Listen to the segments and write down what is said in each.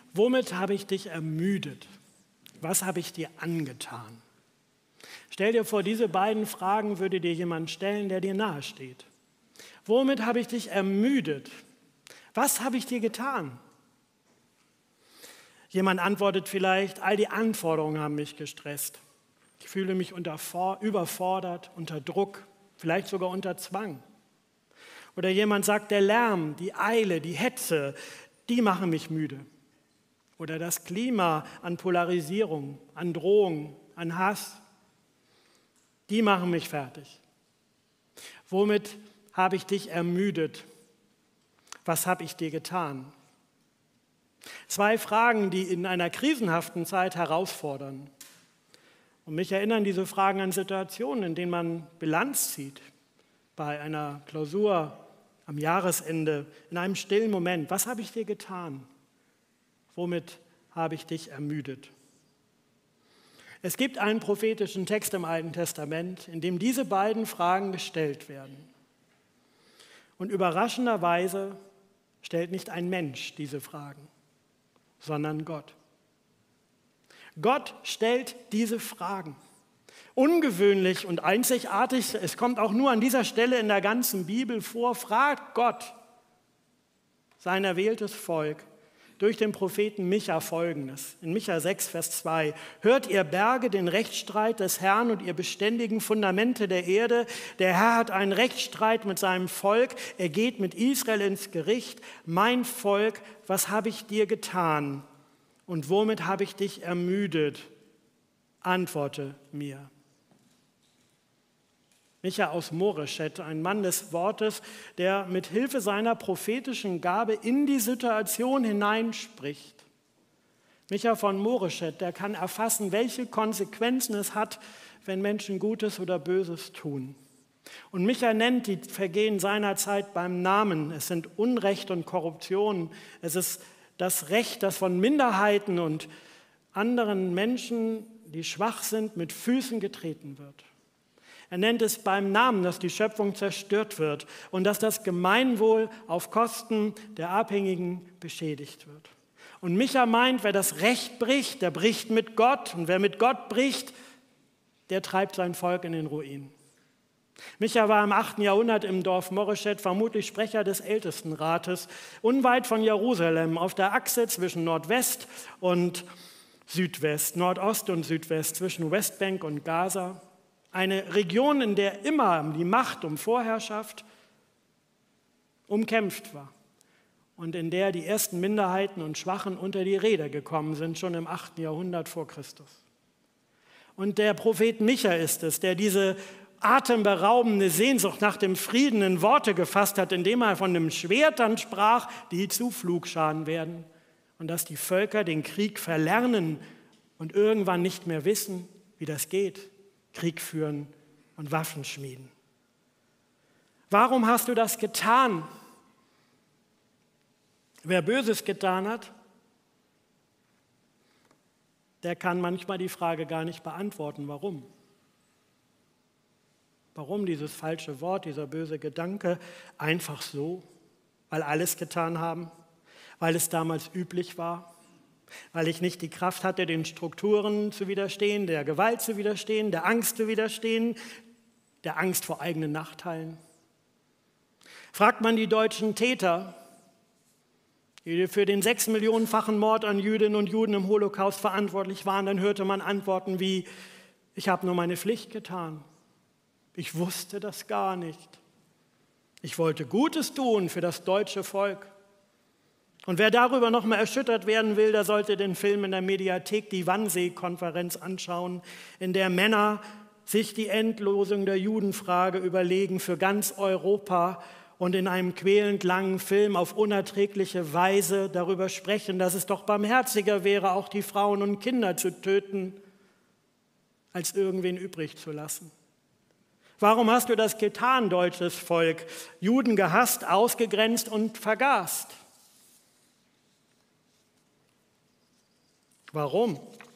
Womit habe ich dich ermüdet? Was habe ich dir angetan? Stell dir vor, diese beiden Fragen würde dir jemand stellen, der dir nahesteht. Womit habe ich dich ermüdet? Was habe ich dir getan? Jemand antwortet vielleicht, all die Anforderungen haben mich gestresst. Ich fühle mich überfordert, unter Druck, vielleicht sogar unter Zwang. Oder jemand sagt, der Lärm, die Eile, die Hetze, die machen mich müde. Oder das Klima an Polarisierung, an Drohung, an Hass, die machen mich fertig. Womit habe ich dich ermüdet? Was habe ich dir getan? 2 Fragen, die in einer krisenhaften Zeit herausfordern. Und mich erinnern diese Fragen an Situationen, in denen man Bilanz zieht. Bei einer Klausur am Jahresende, in einem stillen Moment. Was habe ich dir getan? Womit habe ich dich ermüdet? Es gibt einen prophetischen Text im Alten Testament, in dem diese beiden Fragen gestellt werden. Und überraschenderweise stellt nicht ein Mensch diese Fragen, sondern Gott. Gott stellt diese Fragen. Ungewöhnlich und einzigartig, es kommt auch nur an dieser Stelle in der ganzen Bibel vor, fragt Gott sein erwähltes Volk durch den Propheten Micha Folgendes. In Micha 6, Vers 2. Hört ihr Berge den Rechtsstreit des Herrn und ihr beständigen Fundamente der Erde. Der Herr hat einen Rechtsstreit mit seinem Volk. Er geht mit Israel ins Gericht. Mein Volk, was habe ich dir getan? Und womit habe ich dich ermüdet? Antworte mir. Micha aus Moreschet, ein Mann des Wortes, der mit Hilfe seiner prophetischen Gabe in die Situation hineinspricht. Micha von Moreschet, der kann erfassen, welche Konsequenzen es hat, wenn Menschen Gutes oder Böses tun. Und Micha nennt die Vergehen seiner Zeit beim Namen. Es sind Unrecht und Korruption. Es ist das Recht, das von Minderheiten und anderen Menschen, die schwach sind, mit Füßen getreten wird. Er nennt es beim Namen, dass die Schöpfung zerstört wird und dass das Gemeinwohl auf Kosten der Abhängigen beschädigt wird. Und Micha meint, wer das Recht bricht, der bricht mit Gott. Und wer mit Gott bricht, der treibt sein Volk in den Ruin. Micha war im 8. Jahrhundert im Dorf Moreschet vermutlich Sprecher des Ältestenrates, unweit von Jerusalem, auf der Achse zwischen Nordwest und Südwest, Nordost und Südwest, zwischen Westbank und Gaza. Eine Region, in der immer die Macht um Vorherrschaft umkämpft war und in der die ersten Minderheiten und Schwachen unter die Räder gekommen sind, schon im 8. Jahrhundert vor Christus. Und der Prophet Micha ist es, der diese atemberaubende Sehnsucht nach dem Frieden in Worte gefasst hat, indem er von dem Schwert dann sprach, die zu Pflugscharen werden und dass die Völker den Krieg verlernen und irgendwann nicht mehr wissen, wie das geht. Krieg führen und Waffen schmieden. Warum hast du das getan? Wer Böses getan hat, der kann manchmal die Frage gar nicht beantworten, warum. Warum dieses falsche Wort, dieser böse Gedanke? Einfach so, weil alles getan haben, weil es damals üblich war, weil ich nicht die Kraft hatte, den Strukturen zu widerstehen, der Gewalt zu widerstehen, der Angst zu widerstehen, der Angst vor eigenen Nachteilen. Fragt man die deutschen Täter, die für den 6-Millionenfachen Mord an Jüdinnen und Juden im Holocaust verantwortlich waren, dann hörte man Antworten wie, ich habe nur meine Pflicht getan. Ich wusste das gar nicht. Ich wollte Gutes tun für das deutsche Volk. Und wer darüber noch mal erschüttert werden will, der sollte den Film in der Mediathek, die Wannsee-Konferenz, anschauen, in der Männer sich die Endlosung der Judenfrage überlegen für ganz Europa und in einem quälend langen Film auf unerträgliche Weise darüber sprechen, dass es doch barmherziger wäre, auch die Frauen und Kinder zu töten, als irgendwen übrig zu lassen. Warum hast du das getan, deutsches Volk? Juden gehasst, ausgegrenzt und vergast. Warum?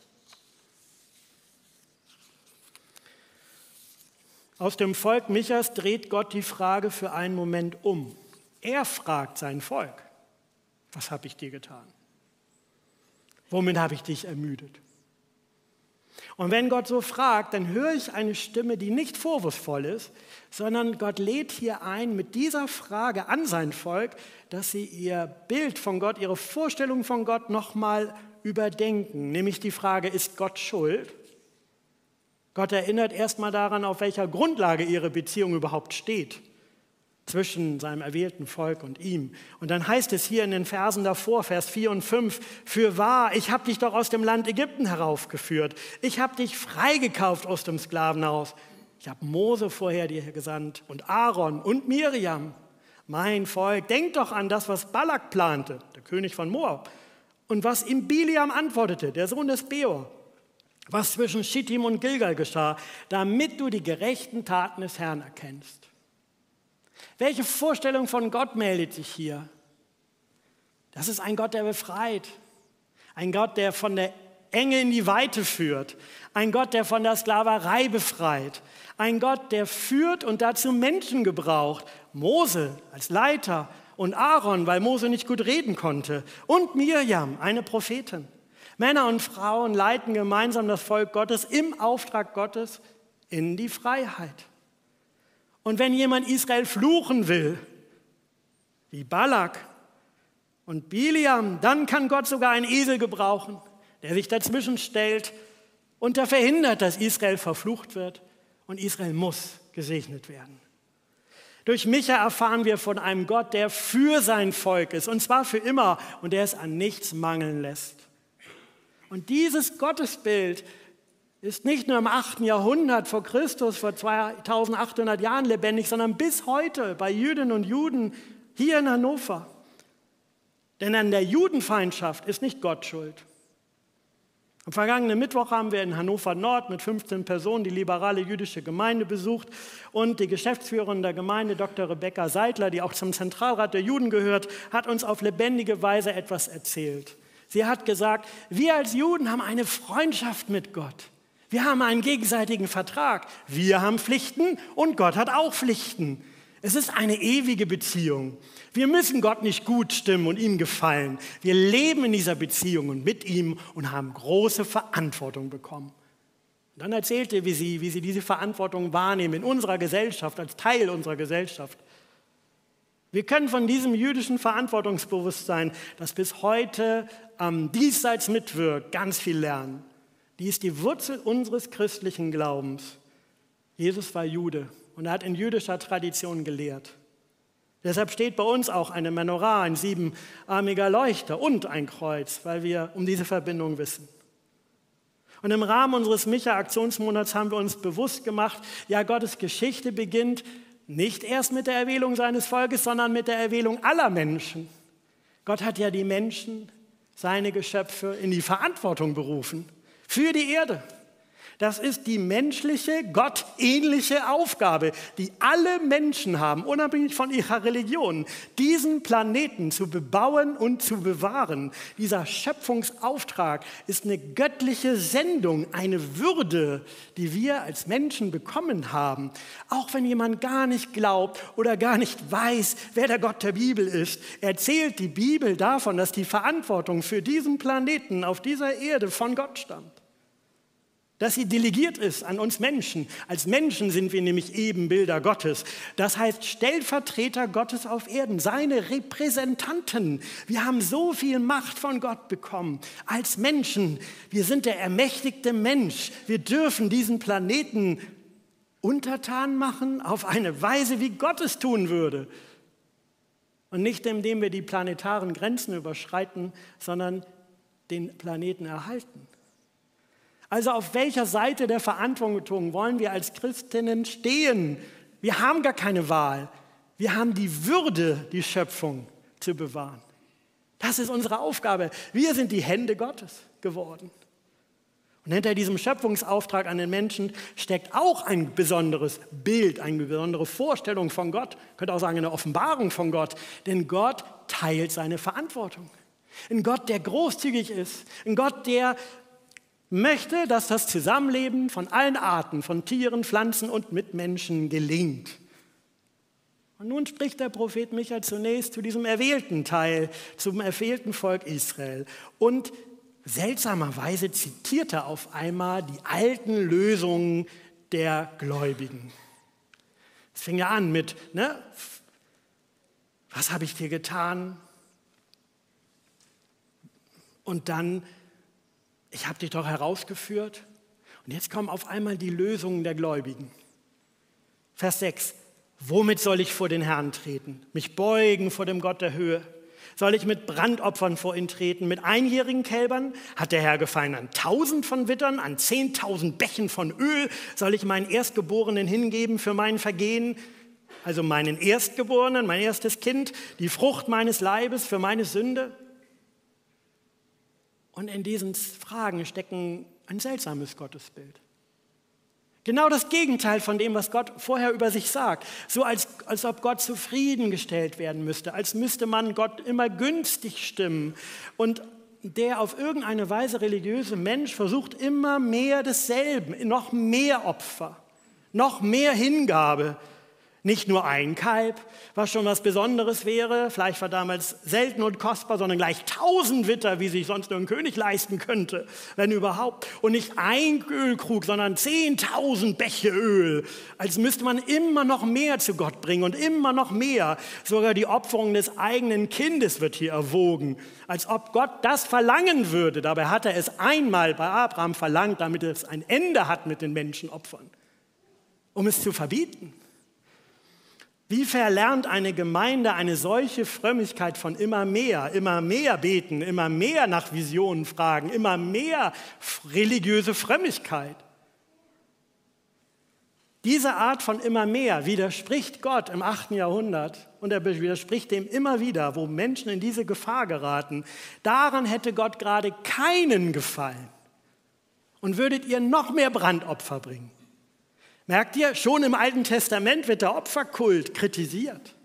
Aus dem Volk Michas dreht Gott die Frage für einen Moment um. Er fragt sein Volk, was habe ich dir getan? Womit habe ich dich ermüdet? Und wenn Gott so fragt, dann höre ich eine Stimme, die nicht vorwurfsvoll ist, sondern Gott lädt hier ein mit dieser Frage an sein Volk, dass sie ihr Bild von Gott, ihre Vorstellung von Gott nochmal überdenken. Nämlich die Frage, ist Gott schuld? Gott erinnert erstmal daran, auf welcher Grundlage ihre Beziehung überhaupt steht zwischen seinem erwählten Volk und ihm. Und dann heißt es hier in den Versen davor, Vers 4 und 5, fürwahr, ich habe dich doch aus dem Land Ägypten heraufgeführt. Ich habe dich freigekauft aus dem Sklavenhaus. Ich habe Mose vorher dir gesandt und Aaron und Miriam. Mein Volk, denk doch an das, was Balak plante, der König von Moab, und was ihm Biliam antwortete, der Sohn des Beor, was zwischen Schittim und Gilgal geschah, damit du die gerechten Taten des Herrn erkennst. Welche Vorstellung von Gott meldet sich hier? Das ist ein Gott, der befreit. Ein Gott, der von der Enge in die Weite führt. Ein Gott, der von der Sklaverei befreit. Ein Gott, der führt und dazu Menschen gebraucht. Mose als Leiter und Aaron, weil Mose nicht gut reden konnte. Und Miriam, eine Prophetin. Männer und Frauen leiten gemeinsam das Volk Gottes im Auftrag Gottes in die Freiheit. Und wenn jemand Israel fluchen will, wie Balak und Biliam, dann kann Gott sogar einen Esel gebrauchen, der sich dazwischen stellt und der verhindert, dass Israel verflucht wird. Und Israel muss gesegnet werden. Durch Micha erfahren wir von einem Gott, der für sein Volk ist, und zwar für immer, und der es an nichts mangeln lässt. Und dieses Gottesbild ist nicht nur im 8. Jahrhundert vor Christus, vor 2800 Jahren lebendig, sondern bis heute bei Jüdinnen und Juden hier in Hannover. Denn an der Judenfeindschaft ist nicht Gott schuld. Am vergangenen Mittwoch haben wir in Hannover Nord mit 15 Personen die liberale jüdische Gemeinde besucht und die Geschäftsführerin der Gemeinde, Dr. Rebecca Seidler, die auch zum Zentralrat der Juden gehört, hat uns auf lebendige Weise etwas erzählt. Sie hat gesagt, wir als Juden haben eine Freundschaft mit Gott. Wir haben einen gegenseitigen Vertrag. Wir haben Pflichten und Gott hat auch Pflichten. Es ist eine ewige Beziehung. Wir müssen Gott nicht gut stimmen und ihm gefallen. Wir leben in dieser Beziehung und mit ihm und haben große Verantwortung bekommen. Und dann erzählte wie sie diese Verantwortung wahrnehmen in unserer Gesellschaft, als Teil unserer Gesellschaft. Wir können von diesem jüdischen Verantwortungsbewusstsein, das bis heute am Diesseits mitwirkt, ganz viel lernen. Die ist die Wurzel unseres christlichen Glaubens. Jesus war Jude und er hat in jüdischer Tradition gelehrt. Deshalb steht bei uns auch eine Menorah, ein 7-armiger Leuchter und ein Kreuz, weil wir um diese Verbindung wissen. Und im Rahmen unseres Micha-Aktionsmonats haben wir uns bewusst gemacht, ja, Gottes Geschichte beginnt nicht erst mit der Erwählung seines Volkes, sondern mit der Erwählung aller Menschen. Gott hat ja die Menschen, seine Geschöpfe, in die Verantwortung berufen. Für die Erde. Das ist die menschliche, gottähnliche Aufgabe, die alle Menschen haben, unabhängig von ihrer Religion, diesen Planeten zu bebauen und zu bewahren. Dieser Schöpfungsauftrag ist eine göttliche Sendung, eine Würde, die wir als Menschen bekommen haben. Auch wenn jemand gar nicht glaubt oder gar nicht weiß, wer der Gott der Bibel ist, erzählt die Bibel davon, dass die Verantwortung für diesen Planeten auf dieser Erde von Gott stammt. Dass sie delegiert ist an uns Menschen. Als Menschen sind wir nämlich Ebenbilder Gottes. Das heißt Stellvertreter Gottes auf Erden, seine Repräsentanten. Wir haben so viel Macht von Gott bekommen. Als Menschen, wir sind der ermächtigte Mensch. Wir dürfen diesen Planeten untertan machen auf eine Weise, wie Gott es tun würde. Und nicht indem wir die planetaren Grenzen überschreiten, sondern den Planeten erhalten. Also auf welcher Seite der Verantwortung wollen wir als Christinnen stehen? Wir haben gar keine Wahl. Wir haben die Würde, die Schöpfung zu bewahren. Das ist unsere Aufgabe. Wir sind die Hände Gottes geworden. Und hinter diesem Schöpfungsauftrag an den Menschen steckt auch ein besonderes Bild, eine besondere Vorstellung von Gott. Man könnte auch sagen, eine Offenbarung von Gott. Denn Gott teilt seine Verantwortung. Ein Gott, der großzügig ist. Ein Gott, der möchte, dass das Zusammenleben von allen Arten, von Tieren, Pflanzen und Mitmenschen gelingt. Und nun spricht der Prophet Micha zunächst zu diesem erwählten Teil, zum erwählten Volk Israel und seltsamerweise zitiert er auf einmal die alten Lösungen der Gläubigen. Es fing ja an mit, was habe ich dir getan? Und dann, ich habe dich doch herausgeführt. Und jetzt kommen auf einmal die Lösungen der Gläubigen. Vers 6. Womit soll ich vor den Herrn treten? Mich beugen vor dem Gott der Höhe? Soll ich mit Brandopfern vor ihn treten? Mit einjährigen Kälbern? Hat der Herr gefallen an 1000 von Wittern, an 10.000 Bächen von Öl? Soll ich meinen Erstgeborenen hingeben für mein Vergehen? Also meinen Erstgeborenen, mein erstes Kind, die Frucht meines Leibes für meine Sünde? Und in diesen Fragen stecken ein seltsames Gottesbild. Genau das Gegenteil von dem, was Gott vorher über sich sagt. So als ob Gott zufriedengestellt werden müsste, als müsste man Gott immer günstig stimmen. Und der auf irgendeine Weise religiöse Mensch versucht immer mehr desselben, noch mehr Opfer, noch mehr Hingabe. Nicht nur ein Kalb, was schon was Besonderes wäre, Fleisch war damals selten und kostbar, sondern gleich 1000 Witter, wie sich sonst nur ein König leisten könnte, wenn überhaupt. Und nicht ein Ölkrug, sondern 10.000 Bäche Öl. Als müsste man immer noch mehr zu Gott bringen und immer noch mehr. Sogar die Opferung des eigenen Kindes wird hier erwogen, als ob Gott das verlangen würde. Dabei hat er es einmal bei Abraham verlangt, damit es ein Ende hat mit den Menschenopfern, um es zu verbieten. Wie verlernt eine Gemeinde eine solche Frömmigkeit von immer mehr beten, immer mehr nach Visionen fragen, immer mehr religiöse Frömmigkeit? Diese Art von immer mehr widerspricht Gott im 8. Jahrhundert und er widerspricht dem immer wieder, wo Menschen in diese Gefahr geraten. Daran hätte Gott gerade keinen Gefallen und würdet ihr noch mehr Brandopfer bringen. Merkt ihr, schon im Alten Testament wird der Opferkult kritisiert.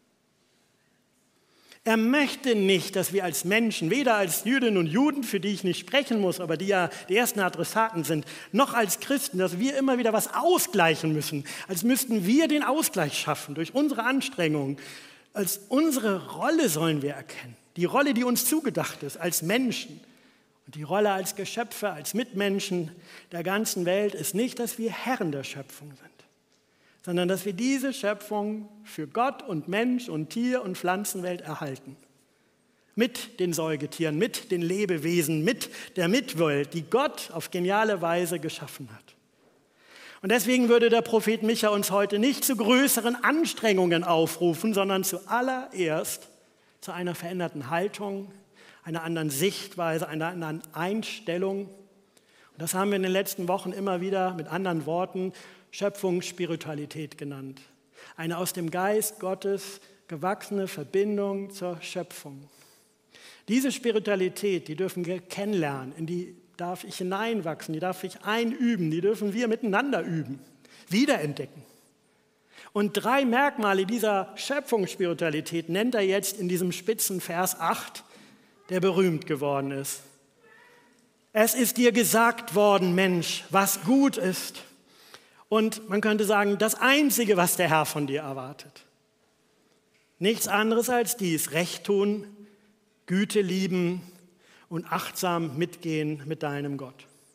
Er möchte nicht, dass wir als Menschen, weder als Jüdinnen und Juden, für die ich nicht sprechen muss, aber die ja die ersten Adressaten sind, noch als Christen, dass wir immer wieder was ausgleichen müssen, als müssten wir den Ausgleich schaffen durch unsere Anstrengungen. Als unsere Rolle sollen wir erkennen, die Rolle, die uns zugedacht ist als Menschen. Und die Rolle als Geschöpfe, als Mitmenschen der ganzen Welt ist nicht, dass wir Herren der Schöpfung sind, sondern dass wir diese Schöpfung für Gott und Mensch und Tier- und Pflanzenwelt erhalten. Mit den Säugetieren, mit den Lebewesen, mit der Mitwelt, die Gott auf geniale Weise geschaffen hat. Und deswegen würde der Prophet Micha uns heute nicht zu größeren Anstrengungen aufrufen, sondern zuallererst zu einer veränderten Haltung, einer anderen Sichtweise, einer anderen Einstellung. Und das haben wir in den letzten Wochen immer wieder mit anderen Worten Schöpfungsspiritualität genannt. Eine aus dem Geist Gottes gewachsene Verbindung zur Schöpfung. Diese Spiritualität, die dürfen wir kennenlernen, in die darf ich hineinwachsen, die darf ich einüben, die dürfen wir miteinander üben, wiederentdecken. Und 3 Merkmale dieser Schöpfungsspiritualität nennt er jetzt in diesem spitzen Vers 8, der berühmt geworden ist. Es ist dir gesagt worden, Mensch, was gut ist. Und man könnte sagen, das Einzige, was der Herr von dir erwartet. Nichts anderes als dies, Recht tun, Güte lieben und achtsam mitgehen mit deinem Gott.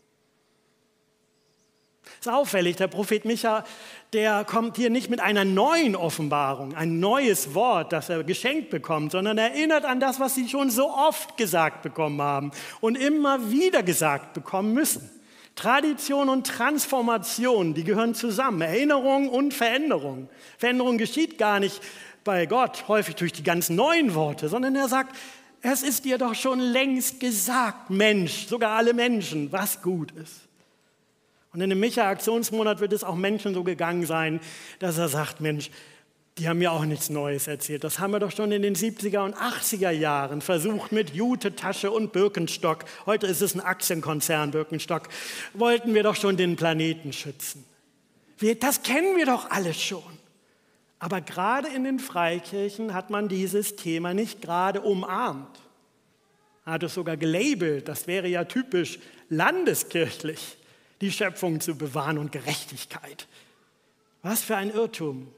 Es ist auffällig, der Prophet Micha, der kommt hier nicht mit einer neuen Offenbarung, ein neues Wort, das er geschenkt bekommt, sondern erinnert an das, was sie schon so oft gesagt bekommen haben und immer wieder gesagt bekommen müssen. Tradition und Transformation, die gehören zusammen, Erinnerung und Veränderung. Veränderung geschieht gar nicht bei Gott, häufig durch die ganz neuen Worte, sondern er sagt, es ist dir doch schon längst gesagt, Mensch, sogar alle Menschen, was gut ist. Und in dem Micha-Aktionsmonat wird es auch Menschen so gegangen sein, dass er sagt, Mensch, die haben mir auch nichts Neues erzählt. Das haben wir doch schon in den 70er und 80er Jahren versucht mit Jute-Tasche und Birkenstock. Heute ist es ein Aktienkonzern, Birkenstock. Wollten wir doch schon den Planeten schützen. Das kennen wir doch alles schon. Aber gerade in den Freikirchen hat man dieses Thema nicht gerade umarmt. Man hat es sogar gelabelt, das wäre ja typisch landeskirchlich, die Schöpfung zu bewahren und Gerechtigkeit. Was für ein Irrtum.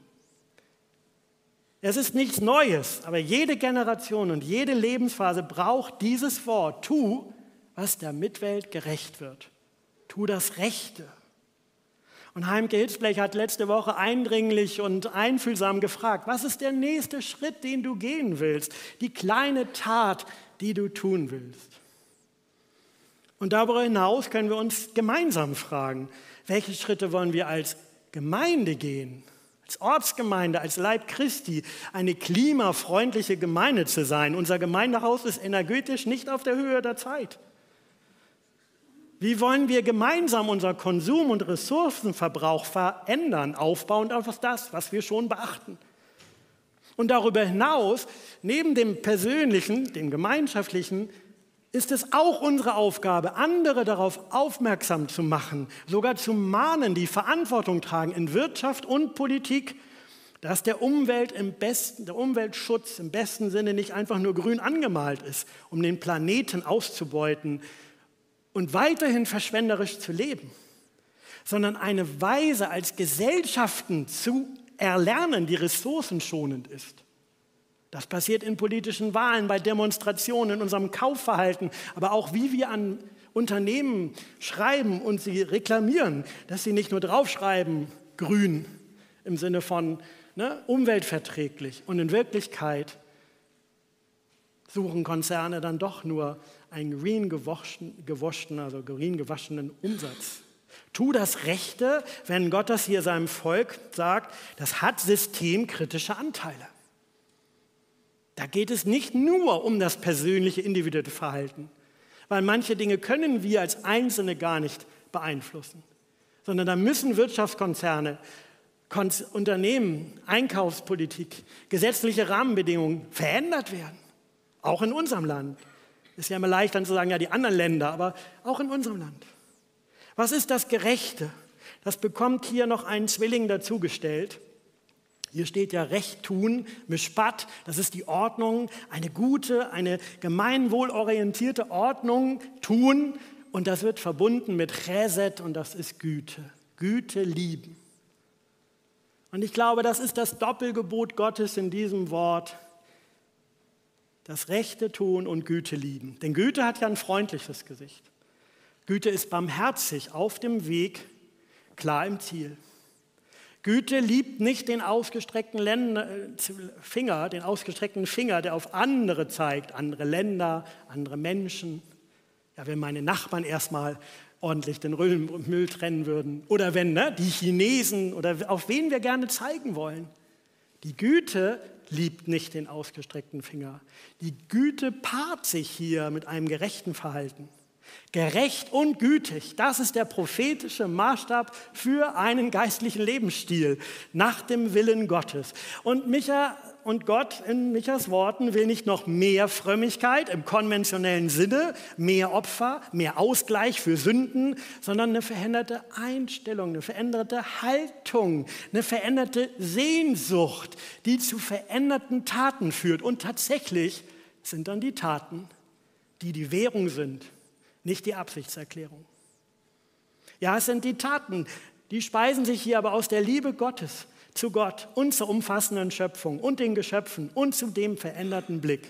Es ist nichts Neues, aber jede Generation und jede Lebensphase braucht dieses Wort. Tu, was der Mitwelt gerecht wird. Tu das Rechte. Und Heimke Hitzblech hat letzte Woche eindringlich und einfühlsam gefragt, was ist der nächste Schritt, den du gehen willst? Die kleine Tat, die du tun willst. Und darüber hinaus können wir uns gemeinsam fragen, welche Schritte wollen wir als Gemeinde gehen? Als Ortsgemeinde, als Leib Christi, eine klimafreundliche Gemeinde zu sein. Unser Gemeindehaus ist energetisch nicht auf der Höhe der Zeit. Wie wollen wir gemeinsam unser Konsum- und Ressourcenverbrauch verändern, aufbauend auf das, was wir schon beachten? Und darüber hinaus, neben dem Persönlichen, dem Gemeinschaftlichen, ist es auch unsere Aufgabe, andere darauf aufmerksam zu machen, sogar zu mahnen, die Verantwortung tragen in Wirtschaft und Politik, dass der Umweltschutz im besten Sinne nicht einfach nur grün angemalt ist, um den Planeten auszubeuten und weiterhin verschwenderisch zu leben, sondern eine Weise als Gesellschaften zu erlernen, die ressourcenschonend ist. Das passiert in politischen Wahlen, bei Demonstrationen, in unserem Kaufverhalten, aber auch wie wir an Unternehmen schreiben und sie reklamieren, dass sie nicht nur draufschreiben, grün im Sinne von umweltverträglich. Und in Wirklichkeit suchen Konzerne dann doch nur einen green gewaschenen Umsatz. Tu das Rechte, wenn Gott das hier seinem Volk sagt, das hat systemkritische Anteile. Da geht es nicht nur um das persönliche, individuelle Verhalten, weil manche Dinge können wir als Einzelne gar nicht beeinflussen, sondern da müssen Wirtschaftskonzerne, Unternehmen, Einkaufspolitik, gesetzliche Rahmenbedingungen verändert werden, auch in unserem Land. Ist ja immer leicht dann zu sagen, ja die anderen Länder, aber auch in unserem Land. Was ist das Gerechte? Das bekommt hier noch ein Zwilling dazugestellt. Hier steht ja Recht tun, Mishpat, das ist die Ordnung, eine gute, eine gemeinwohlorientierte Ordnung tun und das wird verbunden mit Chesed und das ist Güte, Güte lieben. Und ich glaube, das ist das Doppelgebot Gottes in diesem Wort, das Rechte tun und Güte lieben. Denn Güte hat ja ein freundliches Gesicht. Güte ist barmherzig auf dem Weg, klar im Ziel. Güte liebt nicht den ausgestreckten Finger, der auf andere zeigt, andere Länder, andere Menschen. Ja, wenn meine Nachbarn erstmal ordentlich den Müll trennen würden oder wenn die Chinesen oder auf wen wir gerne zeigen wollen. Die Güte liebt nicht den ausgestreckten Finger. Die Güte paart sich hier mit einem gerechten Verhalten. Gerecht und gütig, das ist der prophetische Maßstab für einen geistlichen Lebensstil nach dem Willen Gottes. Und Gott in Michas Worten will nicht noch mehr Frömmigkeit im konventionellen Sinne, mehr Opfer, mehr Ausgleich für Sünden, sondern eine veränderte Einstellung, eine veränderte Haltung, eine veränderte Sehnsucht, die zu veränderten Taten führt. Und tatsächlich sind dann die Taten, die Währung sind. Nicht die Absichtserklärung. Ja, es sind die Taten, die speisen sich hier aber aus der Liebe Gottes zu Gott und zur umfassenden Schöpfung und den Geschöpfen und zu dem veränderten Blick.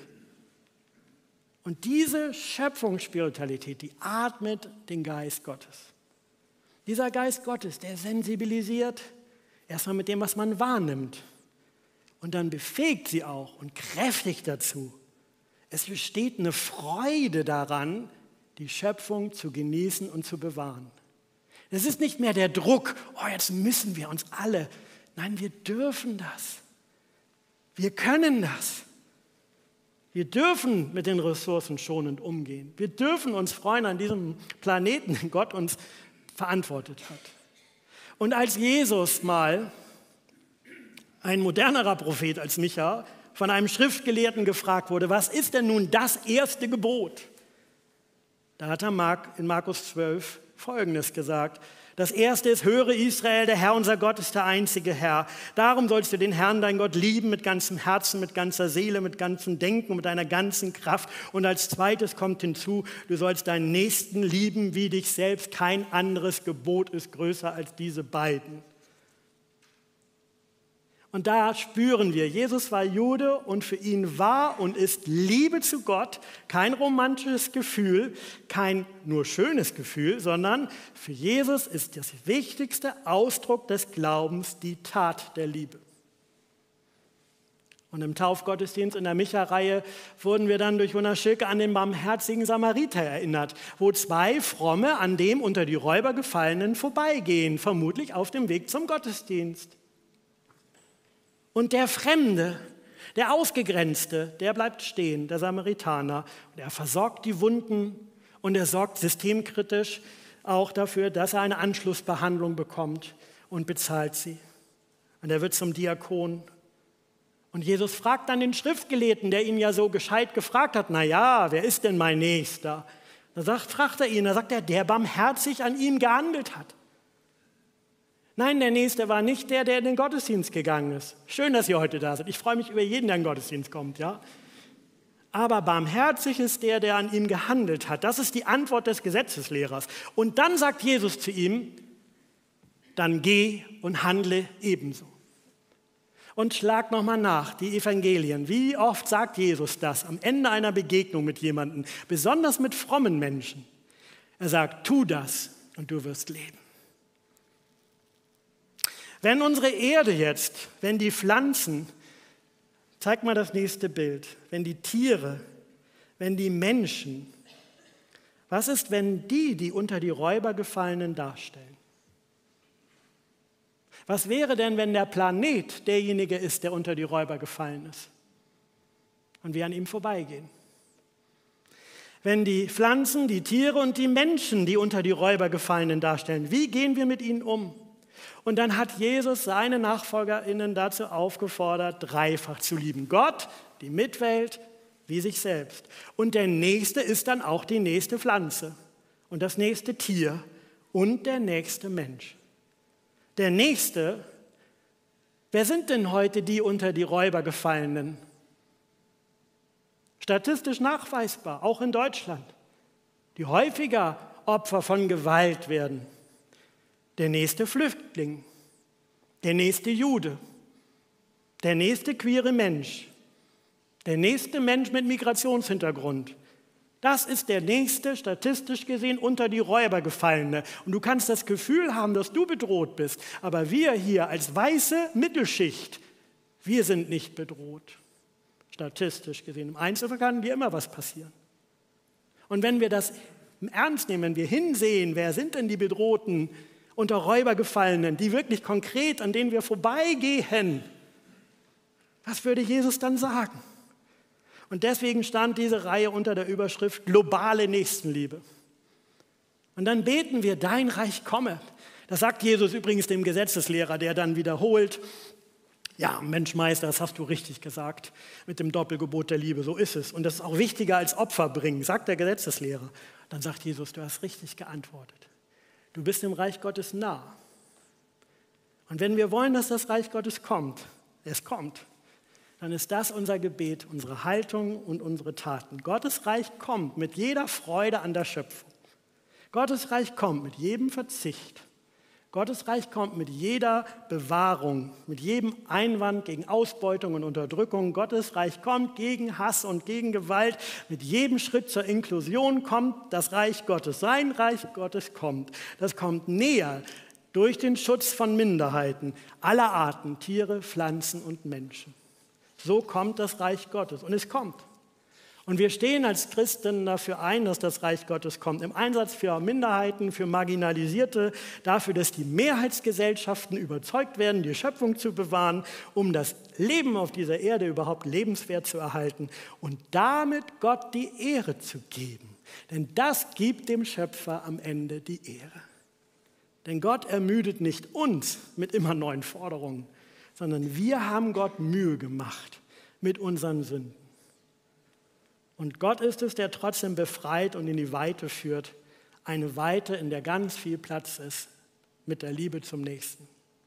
Und diese Schöpfungsspiritualität, die atmet den Geist Gottes. Dieser Geist Gottes, der sensibilisiert erstmal mit dem, was man wahrnimmt. Und dann befähigt sie auch und kräftigt dazu. Es besteht eine Freude daran, die Schöpfung zu genießen und zu bewahren. Es ist nicht mehr der Druck, jetzt müssen wir uns alle. Nein, wir dürfen das. Wir können das. Wir dürfen mit den Ressourcen schonend umgehen. Wir dürfen uns freuen an diesem Planeten, den Gott uns verantwortet hat. Und als Jesus mal, ein modernerer Prophet als Micha, von einem Schriftgelehrten gefragt wurde, was ist denn nun das erste Gebot? Da hat er in Markus 12 Folgendes gesagt. Das erste ist, höre Israel, der Herr unser Gott ist der einzige Herr. Darum sollst du den Herrn, dein Gott, lieben mit ganzem Herzen, mit ganzer Seele, mit ganzem Denken, mit deiner ganzen Kraft. Und als zweites kommt hinzu, du sollst deinen Nächsten lieben wie dich selbst. Kein anderes Gebot ist größer als diese beiden. Und da spüren wir, Jesus war Jude und für ihn war und ist Liebe zu Gott kein romantisches Gefühl, kein nur schönes Gefühl, sondern für Jesus ist das wichtigste Ausdruck des Glaubens die Tat der Liebe. Und im Taufgottesdienst in der Micha-Reihe wurden wir dann durch Jonas Schilke an den barmherzigen Samariter erinnert, wo zwei Fromme an dem unter die Räuber Gefallenen vorbeigehen, vermutlich auf dem Weg zum Gottesdienst. Und der Fremde, der Ausgegrenzte, der bleibt stehen, der Samaritaner. Und er versorgt die Wunden und er sorgt systemkritisch auch dafür, dass er eine Anschlussbehandlung bekommt und bezahlt sie. Und er wird zum Diakon. Und Jesus fragt dann den Schriftgelehrten, der ihn ja so gescheit gefragt hat, na ja, wer ist denn mein Nächster? Fragt er ihn, da sagt er, der barmherzig an ihm gehandelt hat. Nein, der Nächste war nicht der in den Gottesdienst gegangen ist. Schön, dass ihr heute da seid. Ich freue mich über jeden, der in den Gottesdienst kommt, ja. Aber barmherzig ist der an ihm gehandelt hat. Das ist die Antwort des Gesetzeslehrers. Und dann sagt Jesus zu ihm, dann geh und handle ebenso. Und schlag nochmal nach, die Evangelien. Wie oft sagt Jesus das am Ende einer Begegnung mit jemandem, besonders mit frommen Menschen? Er sagt, tu das und du wirst leben. Wenn unsere Erde jetzt, wenn die Pflanzen, zeig mal das nächste Bild, wenn die Tiere, wenn die Menschen, was ist, wenn die unter die Räuber Gefallenen darstellen? Was wäre denn, wenn der Planet derjenige ist, der unter die Räuber gefallen ist und wir an ihm vorbeigehen? Wenn die Pflanzen, die Tiere und die Menschen, die unter die Räuber Gefallenen darstellen, wie gehen wir mit ihnen um? Und dann hat Jesus seine NachfolgerInnen dazu aufgefordert, dreifach zu lieben. Gott, die Mitwelt, wie sich selbst. Und der Nächste ist dann auch die nächste Pflanze und das nächste Tier und der nächste Mensch. Der Nächste, wer sind denn heute die unter die Räuber Gefallenen? Statistisch nachweisbar, auch in Deutschland, die häufiger Opfer von Gewalt werden. Der nächste Flüchtling, der nächste Jude, der nächste queere Mensch, der nächste Mensch mit Migrationshintergrund. Das ist der nächste, statistisch gesehen, unter die Räuber Gefallene. Und du kannst das Gefühl haben, dass du bedroht bist. Aber wir hier als weiße Mittelschicht, wir sind nicht bedroht. Statistisch gesehen. Im Einzelfall kann dir immer was passieren. Und wenn wir das ernst nehmen, wenn wir hinsehen, wer sind denn die Bedrohten unter Räuber Gefallenen, die wirklich konkret, an denen wir vorbeigehen, was würde Jesus dann sagen? Und deswegen stand diese Reihe unter der Überschrift globale Nächstenliebe. Und dann beten wir, dein Reich komme. Das sagt Jesus übrigens dem Gesetzeslehrer, der dann wiederholt, ja, Mensch Meister, das hast du richtig gesagt, mit dem Doppelgebot der Liebe, so ist es. Und das ist auch wichtiger als Opfer bringen, sagt der Gesetzeslehrer. Dann sagt Jesus, du hast richtig geantwortet. Du bist dem Reich Gottes nah. Und wenn wir wollen, dass das Reich Gottes kommt, es kommt, dann ist das unser Gebet, unsere Haltung und unsere Taten. Gottes Reich kommt mit jeder Freude an der Schöpfung. Gottes Reich kommt mit jedem Verzicht. Gottes Reich kommt mit jeder Bewahrung, mit jedem Einwand gegen Ausbeutung und Unterdrückung. Gottes Reich kommt gegen Hass und gegen Gewalt. Mit jedem Schritt zur Inklusion kommt das Reich Gottes. Sein Reich Gottes kommt. Das kommt näher durch den Schutz von Minderheiten aller Arten, Tiere, Pflanzen und Menschen. So kommt das Reich Gottes und es kommt. Und wir stehen als Christen dafür ein, dass das Reich Gottes kommt. Im Einsatz für Minderheiten, für Marginalisierte, dafür, dass die Mehrheitsgesellschaften überzeugt werden, die Schöpfung zu bewahren, um das Leben auf dieser Erde überhaupt lebenswert zu erhalten und damit Gott die Ehre zu geben. Denn das gibt dem Schöpfer am Ende die Ehre. Denn Gott ermüdet nicht uns mit immer neuen Forderungen, sondern wir haben Gott Mühe gemacht mit unseren Sünden. Und Gott ist es, der trotzdem befreit und in die Weite führt. Eine Weite, in der ganz viel Platz ist mit der Liebe zum Nächsten.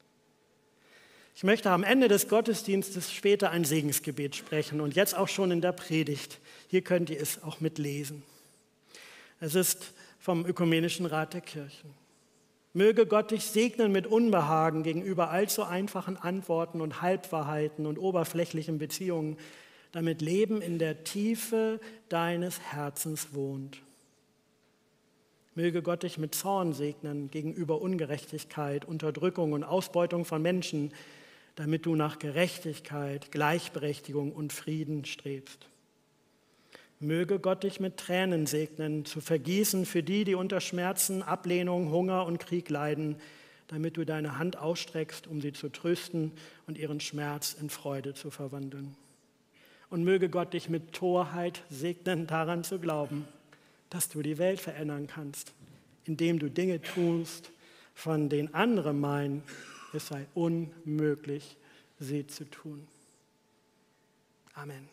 Ich möchte am Ende des Gottesdienstes später ein Segensgebet sprechen und jetzt auch schon in der Predigt. Hier könnt ihr es auch mitlesen. Es ist vom Ökumenischen Rat der Kirchen. Möge Gott dich segnen mit Unbehagen gegenüber allzu einfachen Antworten und Halbwahrheiten und oberflächlichen Beziehungen, damit Leben in der Tiefe deines Herzens wohnt. Möge Gott dich mit Zorn segnen gegenüber Ungerechtigkeit, Unterdrückung und Ausbeutung von Menschen, damit du nach Gerechtigkeit, Gleichberechtigung und Frieden strebst. Möge Gott dich mit Tränen segnen, zu vergießen für die, die unter Schmerzen, Ablehnung, Hunger und Krieg leiden, damit du deine Hand ausstreckst, um sie zu trösten und ihren Schmerz in Freude zu verwandeln. Und möge Gott dich mit Torheit segnen, daran zu glauben, dass du die Welt verändern kannst, indem du Dinge tust, von denen andere meinen, es sei unmöglich, sie zu tun. Amen.